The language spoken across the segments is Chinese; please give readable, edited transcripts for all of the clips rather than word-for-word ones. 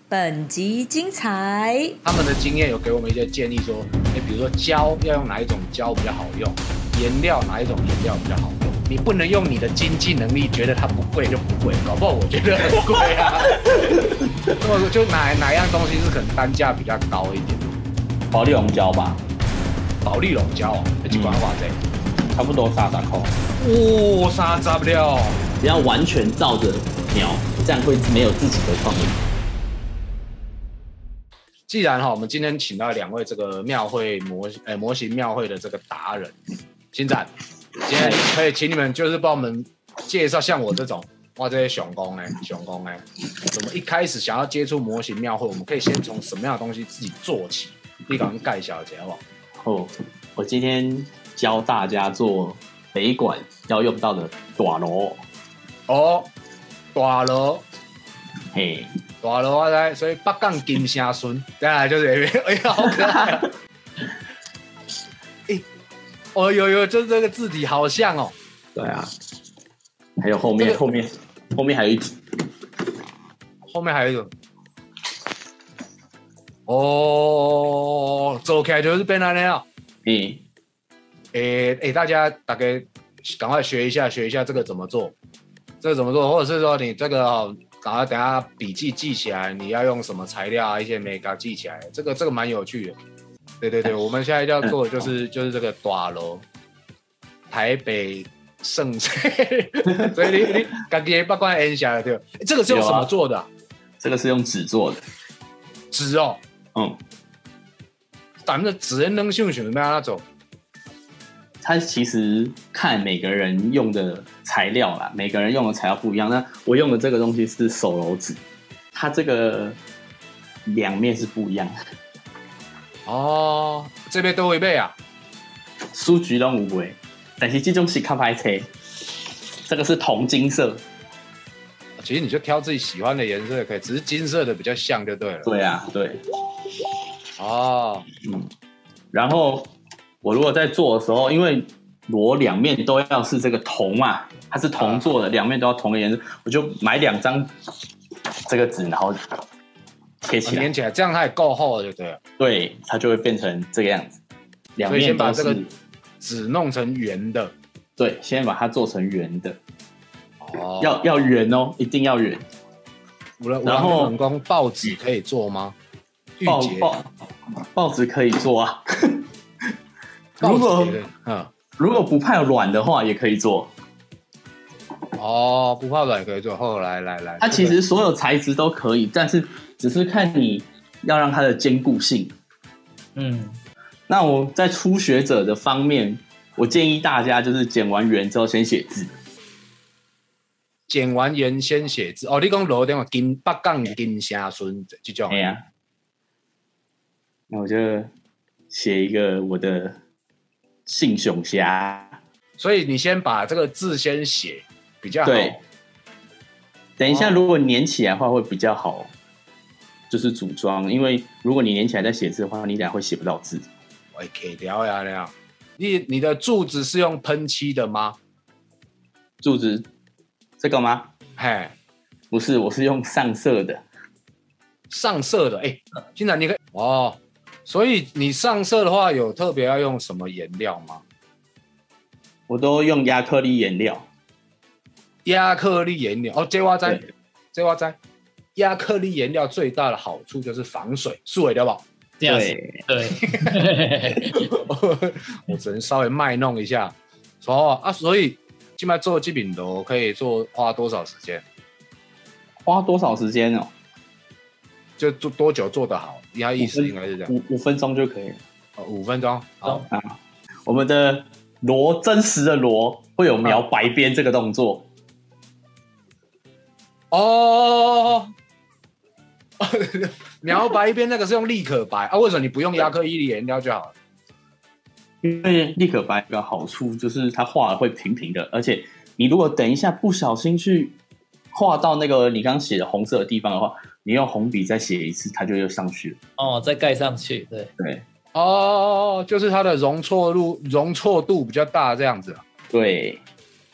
本集精彩。 他们的经验有给我们一些建议说，比如说胶要用哪一种胶比较好用，颜料哪一种颜料比较好用。你不能用你的经济能力觉得它不贵就不贵，搞不好我觉得很贵啊。就哪样东西是可能单价比较高一点？ 保利龙胶吧， 保利龙胶哦，一罐偌济？ 差不多30块。 哦，30了。 只要完全照着描，这样会没有自己的创意。 既然我们今天请到2位这个庙会模型庙会的这个达人，新展，今天可以请你们就是帮我们介绍，像我这种哇这些熊工我们一开始想要接触模型庙会，我们可以先从什么样的东西自己做起？你赶快介绍一下好不好？ 我今天教大家做北管要用到的大锣。 大锣， 嘿。 大锣我知，所以北港金城孙，再来就是好可爱啊！有，就是这个字体好像哦。 对啊，还有后面还有一组， 后面还有一种。走起来就是变那样。大家赶快学一下这个怎么做，或者是说你这个赶快等一下笔记记起来，你要用什么材料啊，一些美感记起来，这个蛮有趣的。对，我们现在要做的就是这个大楼，台北盛世，所以你自己不管演下对。这个是用什么做的啊？ 这个是用纸做的。 纸哦。咱们的纸能想什么那种？ 它其实看每个人用的材料啦，每个人用的材料不一样。那我用的这个东西是手揉纸，它这个两面是不一样的。 这边都会背啊？ 书局都有卖，但是这种是较歹找。这个是铜金色。 其实你就挑自己喜欢的颜色可以，只是金色的比较像就对了。 对啊，对。然后我如果在做的时候，因为我两面都要是这个铜嘛，它是铜做的，两面都要同个颜色，我就买2张这个纸，然后贴起来， 粘起来，这样它也够厚了，就对了。 对，它就会变成这个样子。两面所以先把这个纸弄成圆的。 对，先把它做成圆的。要圆哦，一定要圆。 然后报纸可以做吗？ 报纸可以做啊。如果不怕软的话，也可以做。 不怕软也可以做。后来， 它其实所有材质都可以，但是只是看你要让它的坚固性。那我在初学者的方面，我建议大家就是剪完圆之后先写字。 剪完圆先写字。你讲罗电话北港金城孙这种。 对啊。那我就写一个我的姓熊侠。 所以你先把这个字先写比较好。 对。等一下，如果粘起来的话会比较好，就是组装。因为如果你粘起来再写字的话，你等下会写不到字。 会卡掉呀那样。你的柱子是用喷漆的吗？ 柱子这个吗？不是，我是用上色的。 上色的，现在你可以所以你上色的话，有特别要用什么颜料吗？ 我都用亚克力颜料。 亚克力颜料这我知。亚克力颜料最大的好处就是防水，是对吧？ 对。 我只能稍微卖弄一下。所以现在做这饼楼可以花多少时间？ 花多少时间哦？ 就做多久做得好？他意思应该是这样 ，5分钟就可以了。 5分钟。好啊。 我们的真实的螺会有描白边这个动作。 描白边那个是用立可白为什么你不用亚克力颜料就好了？ 因为立可白有个好处就是它画的会平平的，而且你如果等一下不小心去画到那个你刚写的红色的地方的话，你用红笔再写一次，它就又上去了。 再盖上去。对。 就是它的容错度比较大这样子。 对。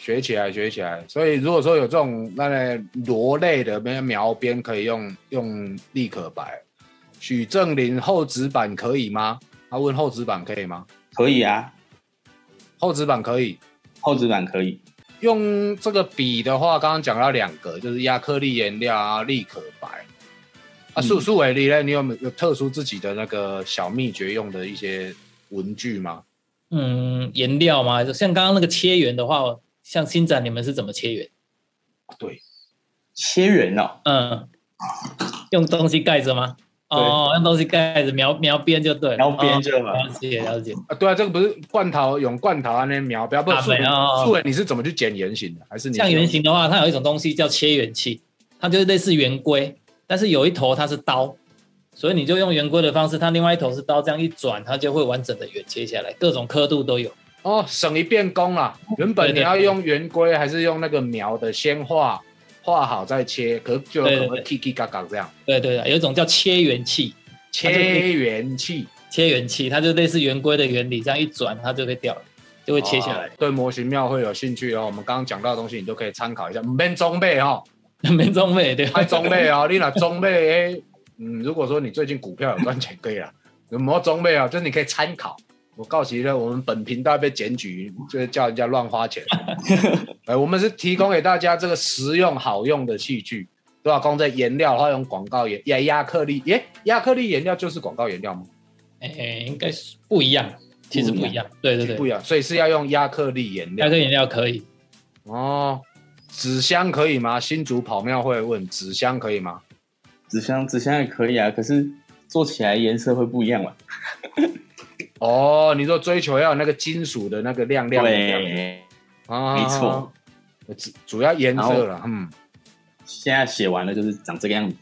学起来，学起来。所以如果说有这种那个螺类的描边，可以用立可白。许正林厚纸板可以吗？他问厚纸板可以吗？ 可以啊， 厚纸板可以。 厚纸板可以。 用这个笔的话，刚刚讲到2个，就是亚克力颜料啊，立可白。苏伟丽呢？你有特殊自己的那个小秘诀用的一些文具吗？ 颜料吗？像刚刚那个切圆的话，像新展你们是怎么切圆？ 对， 切圆哦。 用东西盖着吗？用东西盖着描边就对了， 描边就好。 了解。 对啊，这个不是罐头那描标，不是素伟，你是怎么去剪圆形的？还是你像圆形的话，它有一种东西叫切圆器，它就是类似圆规，但是有一头它是刀，所以你就用圆规的方式，它另外一头是刀，这样一转，它就会完整的圆切下来，各种刻度都有。 省一遍工啦。原本你要用圆规，还是用那个描的，先画好再切，可是就有可能会 Kiki 嘎嘎这样。 对，有一种叫切圆器， 切圆器， 它就类似圆规的原理，这样一转它就会掉了，就会切下来。 对模型庙会有兴趣我们刚刚讲到的东西，你都可以参考一下。不免中备没中备对， 还中备你拿中备如果说你最近股票有赚钱可以啦，有没有中备就是你可以参考。我告诉了，我们本频道被检举，就是叫人家乱花钱。我们是提供给大家这个实用好用的器具，对吧？光在颜料的话，用广告亚克力，亚克力颜料就是广告颜料吗？ 应该是不一样，其实不一样，对， 不一样，所以是要用亚克力颜料。 亚克力颜料可以。 纸箱可以吗？新竹跑庙会问纸箱可以吗？ 纸箱也可以啊，可是做起来颜色会不一样嘛。 你说追求要有那个金属的那个亮亮的样子， 没错， 主要颜色了。 现在写完了就是长这个样子。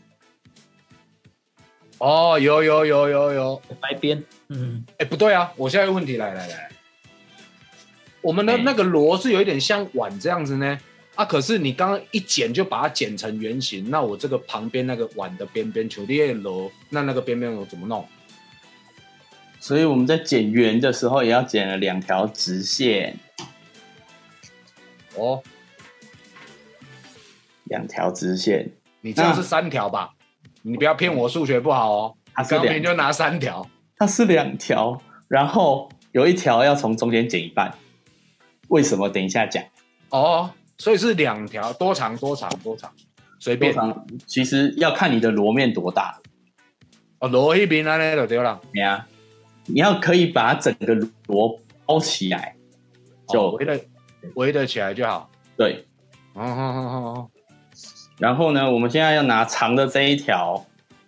有白边。 不对啊，我现在有问题来，我们的那个螺是有一点像碗这样子呢。可是你刚刚一剪就把它剪成圆形，那我这个旁边那个碗的边边球的螺，那个边边我怎么弄？ 所以我们在剪圆的时候，也要剪了2条直线。2条直线， 你这样是3条吧？你不要骗我数学不好它是 2就拿3条， 它是2条，然后有1条要从中间剪一半。为什么？等一下讲。 所以是2条，多长？随便。 其实要看你的螺面多大。 螺那边那就对了。 你要可以把整个螺包起来，就围得起来就好。 对。然后呢，我们现在要拿长的这一条，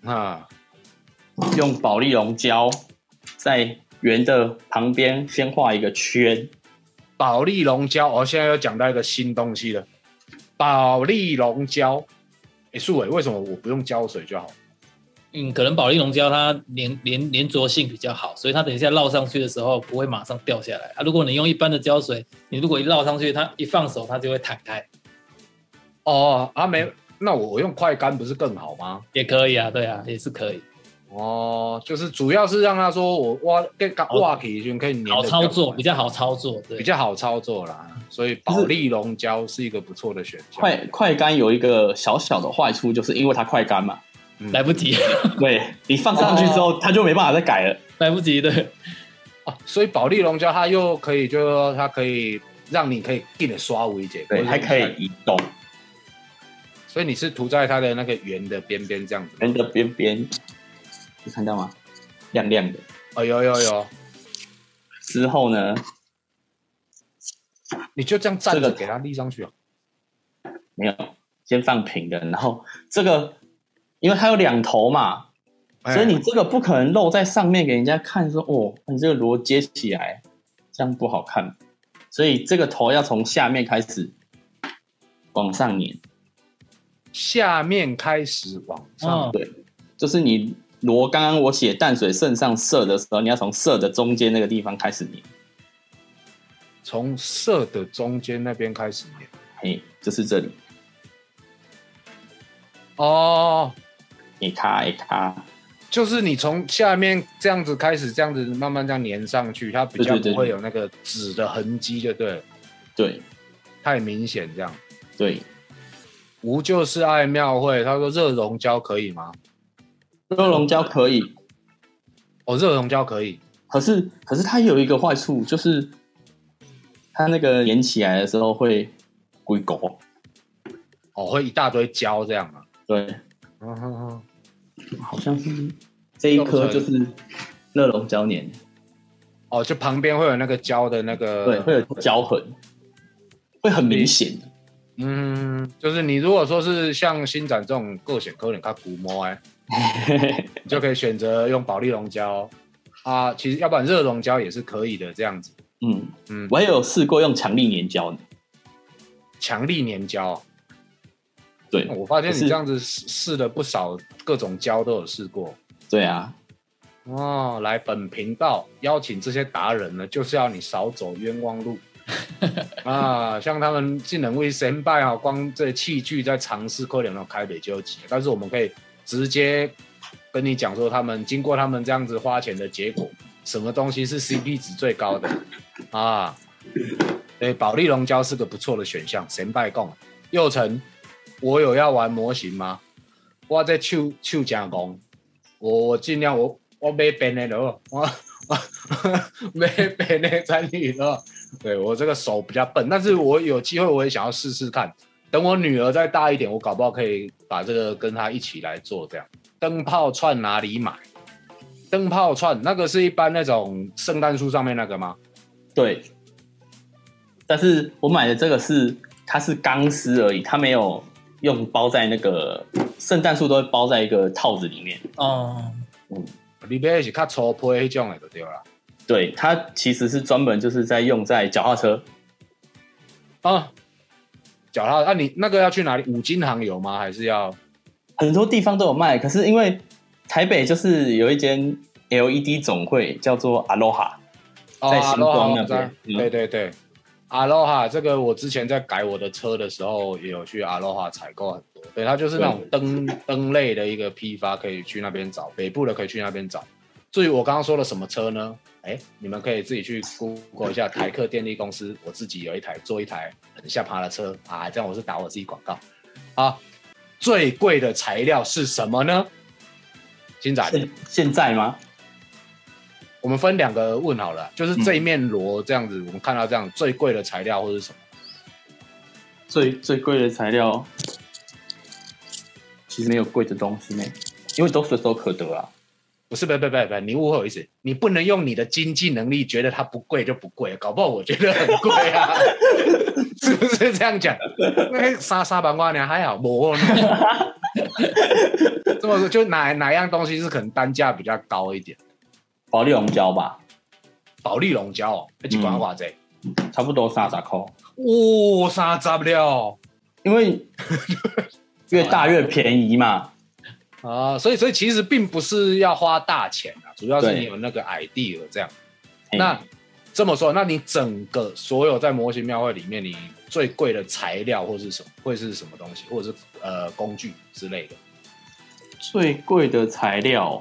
用保丽龙胶在圆的旁边先画一个圈。 保丽龙胶，现在又讲到一个新东西了。保丽龙胶，素伟，为什么我不用胶水就好？ 可能保丽龙胶它粘着性比较好，所以它等一下绕上去的时候不会马上掉下来。如果你用一般的胶水，你如果一绕上去，它一放手它就会弹开。 那我用快干不是更好吗？ 也可以啊，对啊，也是可以。 就是主要是让他说我挖起就可以粘， 好操作，比较好操作，对， 比较好操作啦。所以保丽龙胶是一个不错的选项。 快干有一个小小的坏处，就是因为它快干嘛， 来不及。 对，你放上去之后，它就没办法再改了， 来不及的。 所以保丽龙胶它又可以，就是说它可以让你可以给你刷微解， 对，还可以移动。 所以你是涂在它的那个圆的边边这样子， 圆的边边。你看到吗？亮亮的。 有。 之后呢？ 你就这样站着给它立上去没有，先放平的。然后这个，因为它有2头嘛，所以你这个不可能露在上面给人家看说，你这个螺接起来，这样不好看。所以这个头要从下面开始往上粘。 下面开始往上， 对，就是你。刚刚我写淡水肾上色的时候，你要从色的中间那个地方开始粘， 从色的中间那边开始粘， 就是这里。 一卡，就是你从下面这样子开始，这样子慢慢这样粘上去，它比较不会有那个纸的痕迹，就对了。 对。 太明显这样。 对， 无就是爱庙会，他说热熔胶可以吗？ 热熔胶可以， 哦，热熔胶可以， 可是它有一个坏处，就是它那个粘起来的时候会龟狗。 哦，会一大堆胶这样啊。 对， 嗯， 好像是这一颗就是热熔胶粘。 哦，就旁边会有那个胶的那个， 对，会有胶痕，会很明显。 就是你如果说是像新展这种个性可能较古摸你就可以选择用保利龙胶啊，其实要不然热熔胶也是可以的这样子。 我也有试过用强力粘胶的， 强力粘胶。 对， 我发现你这样子试了不少各种胶都有试过。 对啊。 哦，来本频道邀请这些达人呢，就是要你少走冤枉路啊！像他们技能为神拜啊，光这器具在尝试可能都开北就急，但是我们可以直接跟你讲说，他们经过他们这样子花钱的结果，什么东西是 CP 值最高的啊？对，保利龙胶是个不错的选项。神拜供佑成，我有要玩模型吗？我在手加工，我尽量我买便的了，我买便的参与了。对，我这个手比较笨，但是我有机会我也想要试试看。等我女儿再大一点，我搞不好可以把这个跟她一起来做这样。灯泡串哪里买？灯泡串那个是一般那种圣诞树上面那个吗？ 对，但是我买的这个它是钢丝而已，它没有用包在那个圣诞树都会包在一个套子里面。 哦， 你买的是较粗胚那种的就对了。 对，它其实是专门就是在用在脚踏车。 啊，脚踏啊，你那个要去哪里？五金行有吗？还是要？ 很多地方都有卖，可是因为台北就是有一间 LED 总会叫做 Aloha，在星光那边。 对对对，Aloha 这个我之前在改我的车的时候也有去 Aloha 采购很多。对，它就是那种灯类的一个批发，可以去那边找，北部的可以去那边找。至于我刚刚说的什么车呢？你们可以自己去 Google 一下台客电力公司，我自己做一台很下爬的车啊，这样我是打我自己广告啊。最贵的材料是什么呢？金仔， 现在吗？ 我们分两个问好了，就是这一面螺这样子，我们看到这样最贵的材料或是什么？ 最贵的材料其实没有贵的东西呢，因为都随手可得啊。 不是，你误会我意思，你不能用你的经济能力觉得它不贵就不贵，搞不好我觉得很贵啊，是不是这样讲？300块呢还好，没这么说就哪样东西是可能单价比较高一点？ 保利龙胶吧， 保利龙胶哦，一罐多少钱？ 差不多30块。 哦，30了， 因为越大越便宜嘛。 啊，所以其实并不是要花大钱啊，主要是你有那个 idea 这样。那这么说，那你整个所有在模型庙会里面，你最贵的材料或是什么，会是什么东西，或者是工具之类的？ 最贵的材料，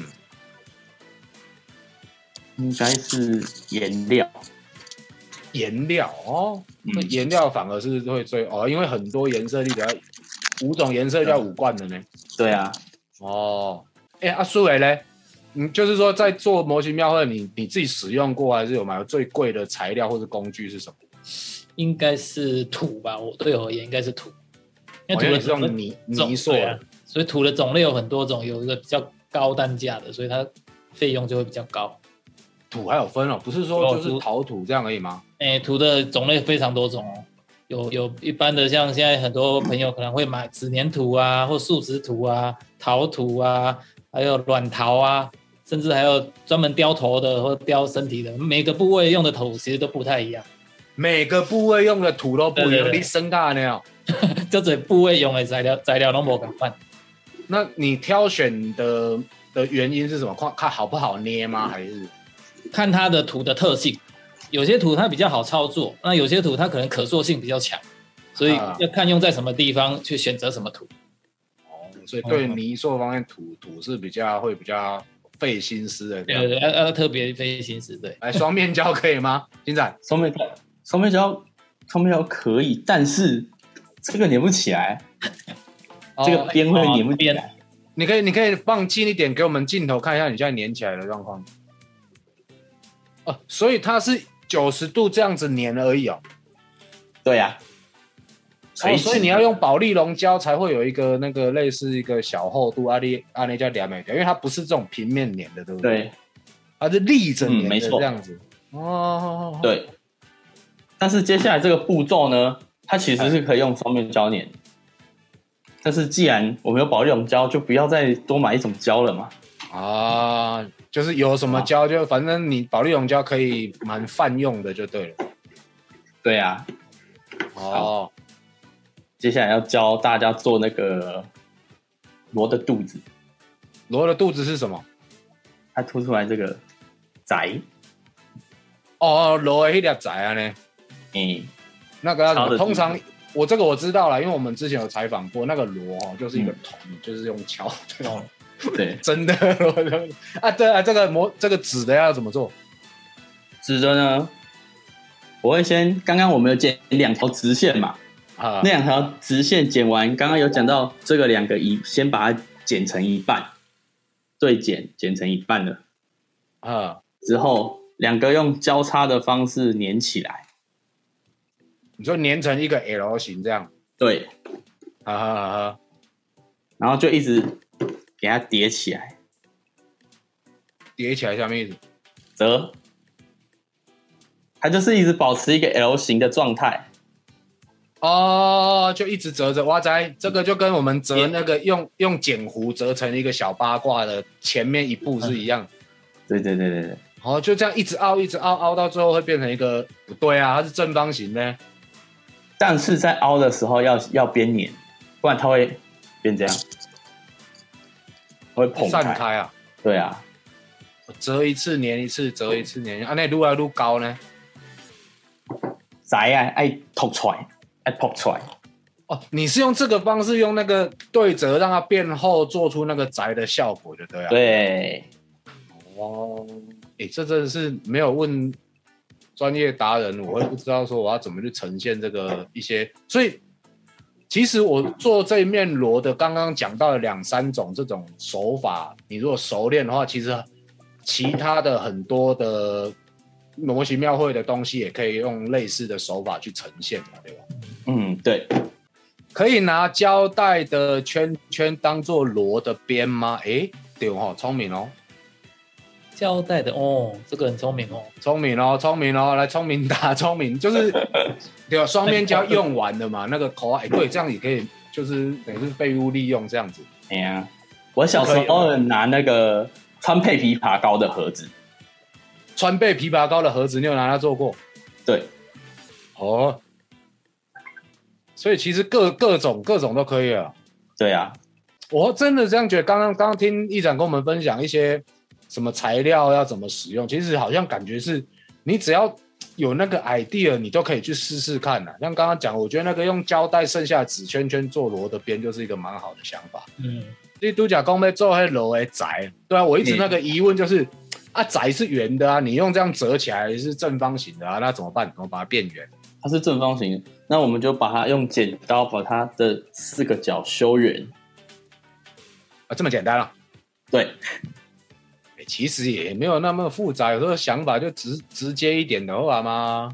应该是颜料。 颜料哦，颜料反而是会最因为很多颜色，例如5种颜色叫5罐的呢。 对啊。 哦，苏伟嘞，就是说在做模型庙会，你自己使用过还是有买最贵的材料或是工具是什么？ 应该是土吧，我对我而言应该是土，因为土是用泥塑的， 所以土的种类有很多种，有一个比较高单价的，所以它费用就会比较高。 土还有分哦，不是说就是陶土这样而已吗？ 土的种类非常多种哦。有一般的，像现在很多朋友可能会买纸黏土啊，或树脂土啊、陶土啊，还有软陶啊，甚至还有专门雕头的或雕身体的，每个部位用的土其实都不太一样。 每个部位用的土都不一样，你生大呢？ 就这部位用的材料都不一样。 那你挑选的原因是什么？看好不好捏吗？还是看它的土的特性？有些土它比较好操作，那有些土它可能可塑性比较强，所以要看用在什么地方去选择什么土。 所以对泥塑方面，土是比较费心思的。 对，要特别费心思。对， 来双面胶可以吗？金仔， 双面胶充面胶可以，但是这个粘不起来，这个边会粘不起来。 你可以放近一点给我们镜头看一下你现在粘起来的状况。所以它是90度这样子粘而已哦。 对呀、 所以你要用保丽龙胶才会有一个那个类似一个小厚度，那叫两美条，因为它不是这种平面粘的，对不对？ 对， 它是立着粘的没错这样子。哦， 对。但是接下来这个步骤呢，它其实是可以用双面胶粘。但是既然我们有保丽龙胶，就不要再多买一种胶了嘛。 啊，就是有什么胶就反正你保丽龙胶可以蛮泛用的就对了。 对啊。 哦， 接下来要教大家做那个螺的肚子。 螺的肚子是什么？ 它凸出来这个仔。 螺的那粒仔啊呢？那个要怎么？通常我这个我知道了，因为我们之前有采访过，那个螺就是一个桶，就是用敲这种。 对， 真的对啊，这个纸的要怎么做？ 纸的呢，我会先刚刚我们有剪2条直线嘛，那2条直线剪完，刚刚有讲到这个2个先把它剪成一半，对剪成一半了，之后2个用交叉的方式粘起来， 你说粘成一个 L 型这样？ 对，然后就一直给它叠起来， 叠起来什么意思？ 折，它就是一直保持一个 L 型的状态。 就一直折着。哇塞，这个就跟我们折那个用剪弧折成一个小八卦的前面一步是一样。 对。 就这样一直凹到最后会变成一个不对啊，它是正方形呢。 但是在凹的时候要边粘，不然它会变这样。会膨散开啊！ 对啊， 折一次粘一次，折一次粘一次，那越来越高呢？ 窄啊，爱凸出来，爱凸出来。 你是用这个方式，用那个对折让它变厚，做出那个窄的效果，就对啊。 对。 这真的是没有问专业达人，我会不知道说我要怎么去呈现这个一些，所以。其实我做这一面螺的，刚刚讲到了2、3种这种手法，你如果熟练的话，其实其他的很多的模型庙会的东西也可以用类似的手法去呈现嘛，对吧？ 对。 可以拿胶带的圈圈当做螺的边吗？对聪明哦。 胶带的这个很聪明哦， 聪明哦，来聪明打聪明，就是对吧？双面胶用完了嘛，那个口对，这样也可以，就是等于是废物利用这样子。 我小时候拿那个川贝枇杷膏的盒子， 川贝枇杷膏的盒子，你有拿它做过？ 对。 所以其实各种都可以了。 对啊， 我真的这样觉得。刚刚听议长跟我们分享一些。什么材料要怎么使用？其实好像感觉是你只要有那个 idea， 你都可以去试试看啦。像刚刚讲，我觉得那个用胶带剩下的纸圈圈做螺的边，就是一个蛮好的想法。你都讲讲要做那螺的窄，对啊，我一直那个疑问就是，窄是圆的啊，你用这样折起来是正方形的啊，那怎么办？怎么把它变圆？ 它是正方形的，那我们就把它用剪刀把它的4个角修圆。 这么简单啊？ 对。 其实也没有那么复杂，有时候想法就直接一点的话嘛。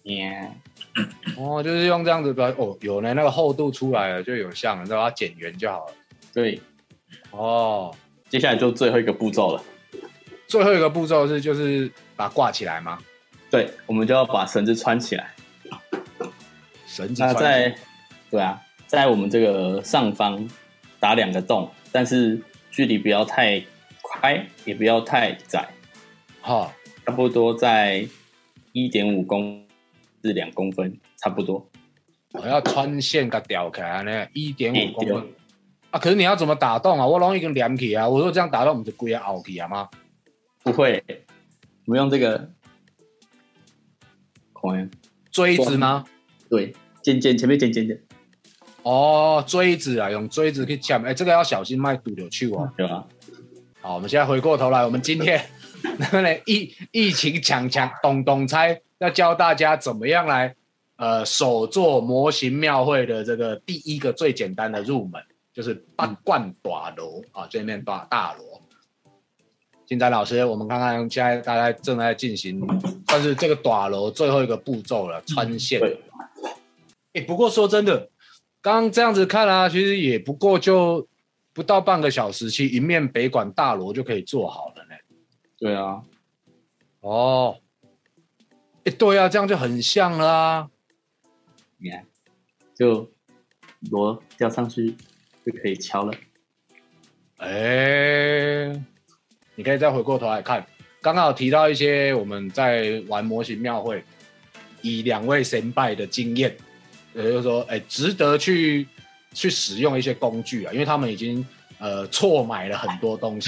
就是用这样子有了那个厚度出来了，就有像，你把它剪圆就好了。 对。接下来就最后一个步骤了。 最后一个步骤就是把它挂起来吗？ 对，我们就要把绳子穿起来。 绳子穿起来。 对啊，在我们这个上方打2个洞，但是距离不要太开，也不要太窄，差不多在1.5公至2公分，差不多。 我要穿线给吊起来呢，1.5公分。可是你要怎么打洞啊？我拢已经连起啊！我说这样打洞，不是规个凹起啊吗？ 不会，我们用这个锥子吗？ 对，尖前面尖。 锥子啊，用锥子去掐。这个要小心，卖堵着手哦。 对啊。 好，我们现在回过头来，我们今天疫情强东猜要教大家怎么样来手做模型庙会的这个第一个最简单的入门，就是半贯大螺啊，这面大螺。金展老师，我们看看现在大家正在进行，算是这个大螺最后一个步骤了，穿线。不过说真的，刚刚这样子看啊，其实也不过就不到半个小时，其实一面北管大螺就可以做好了呢。 对啊， 哦，对啊，这样就很像了啊。 你看，就螺吊上去就可以敲了。 你可以再回过头来看，刚刚有提到一些我们在玩模型庙会，以2位先拜的经验，就是说，值得去使用一些工具啊，因为他们已经错买了很多东西，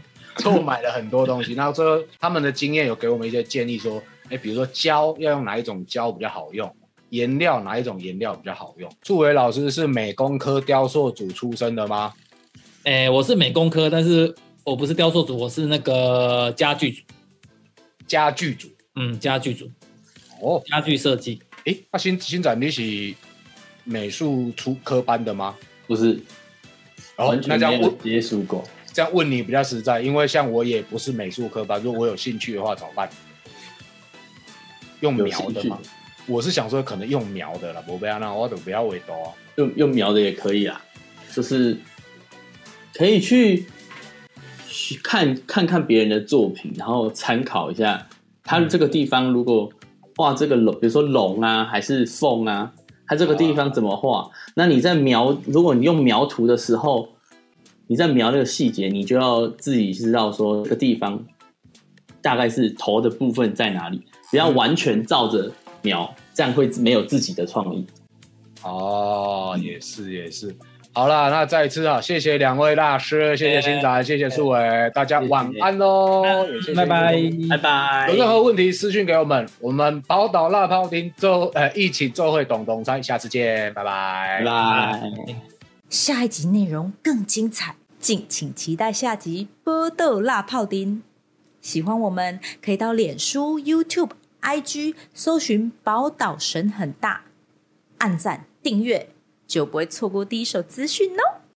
然后最后他们的经验有给我们一些建议说，比如说胶要用哪一种胶比较好用，颜料哪一种颜料比较好用。祝伟老师是美工科雕塑组出身的吗？ 我是美工科，但是我不是雕塑组，我是那个家具组。 家具组， 家具组。 哦， 家具设计。 那新展你是美术出科班的吗？ 不是，完全没有接触过。 这样问你比较实在，因为像我也不是美术科班，如果我有兴趣的话怎么办？用描的吗？我是想说可能用描的啦，不要那我都不要围兜啊。 用描的也可以啊，就是可以去看别人的作品，然后参考一下他这个地方如果画这个龙，比如说龙啊还是凤啊，他这个地方怎么画？那你在如果你用描图的时候，你在描那个细节，你就要自己知道说这个地方大概是头的部分在哪里，不要完全照着描，这样会没有自己的创意。 也是。好啦，那再一次谢谢2位大师，谢谢新展，谢谢素伟，大家晚安喽，也谢谢， 拜拜。 有任何问题私讯给我们宝岛辣泡丁一起做会懂东猜，下次见，拜拜， 拜拜。 下一集内容更精彩，敬请期待下集宝岛辣泡丁。喜欢我们可以到脸书、YouTube、IG 搜寻宝岛神很大，按赞订阅就不会错过第一手资讯哦。